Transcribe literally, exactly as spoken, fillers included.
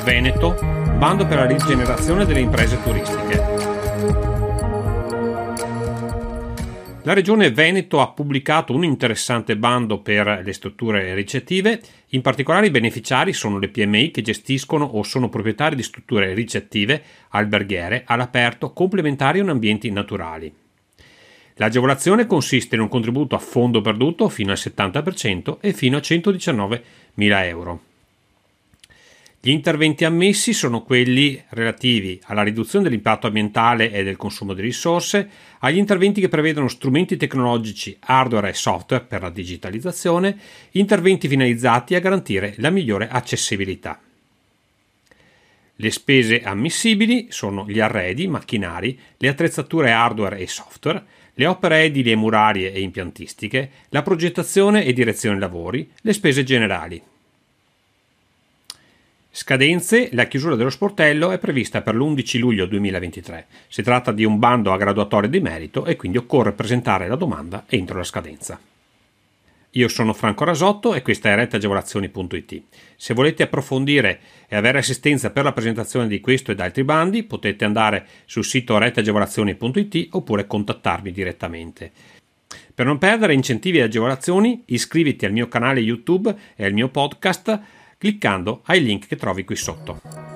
Veneto, bando per la rigenerazione delle imprese turistiche. La Regione Veneto ha pubblicato un interessante bando per le strutture ricettive. In particolare i beneficiari sono le P M I che gestiscono o sono proprietari di strutture ricettive, alberghiere, all'aperto, complementari o in ambienti naturali. L'agevolazione consiste in un contributo a fondo perduto fino al settanta per cento e fino a centodiciannovemila euro. Gli interventi ammessi sono quelli relativi alla riduzione dell'impatto ambientale e del consumo di risorse, agli interventi che prevedono strumenti tecnologici, hardware e software per la digitalizzazione, interventi finalizzati a garantire la migliore accessibilità. Le spese ammissibili sono gli arredi, macchinari, le attrezzature hardware e software, le opere edili e murarie e impiantistiche, la progettazione e direzione lavori, le spese generali. Scadenze: la chiusura dello sportello è prevista per l'undici luglio duemilaventitré. Si tratta di un bando a graduatoria di merito e quindi occorre presentare la domanda entro la scadenza. Io sono Franco Rasotto e questa è retteagevolazioni punto it. Se volete approfondire e avere assistenza per la presentazione di questo ed altri bandi, potete andare sul sito retteagevolazioni punto it oppure contattarmi direttamente. Per non perdere incentivi e agevolazioni, iscriviti al mio canale YouTube e al mio podcast cliccando ai link che trovi qui sotto.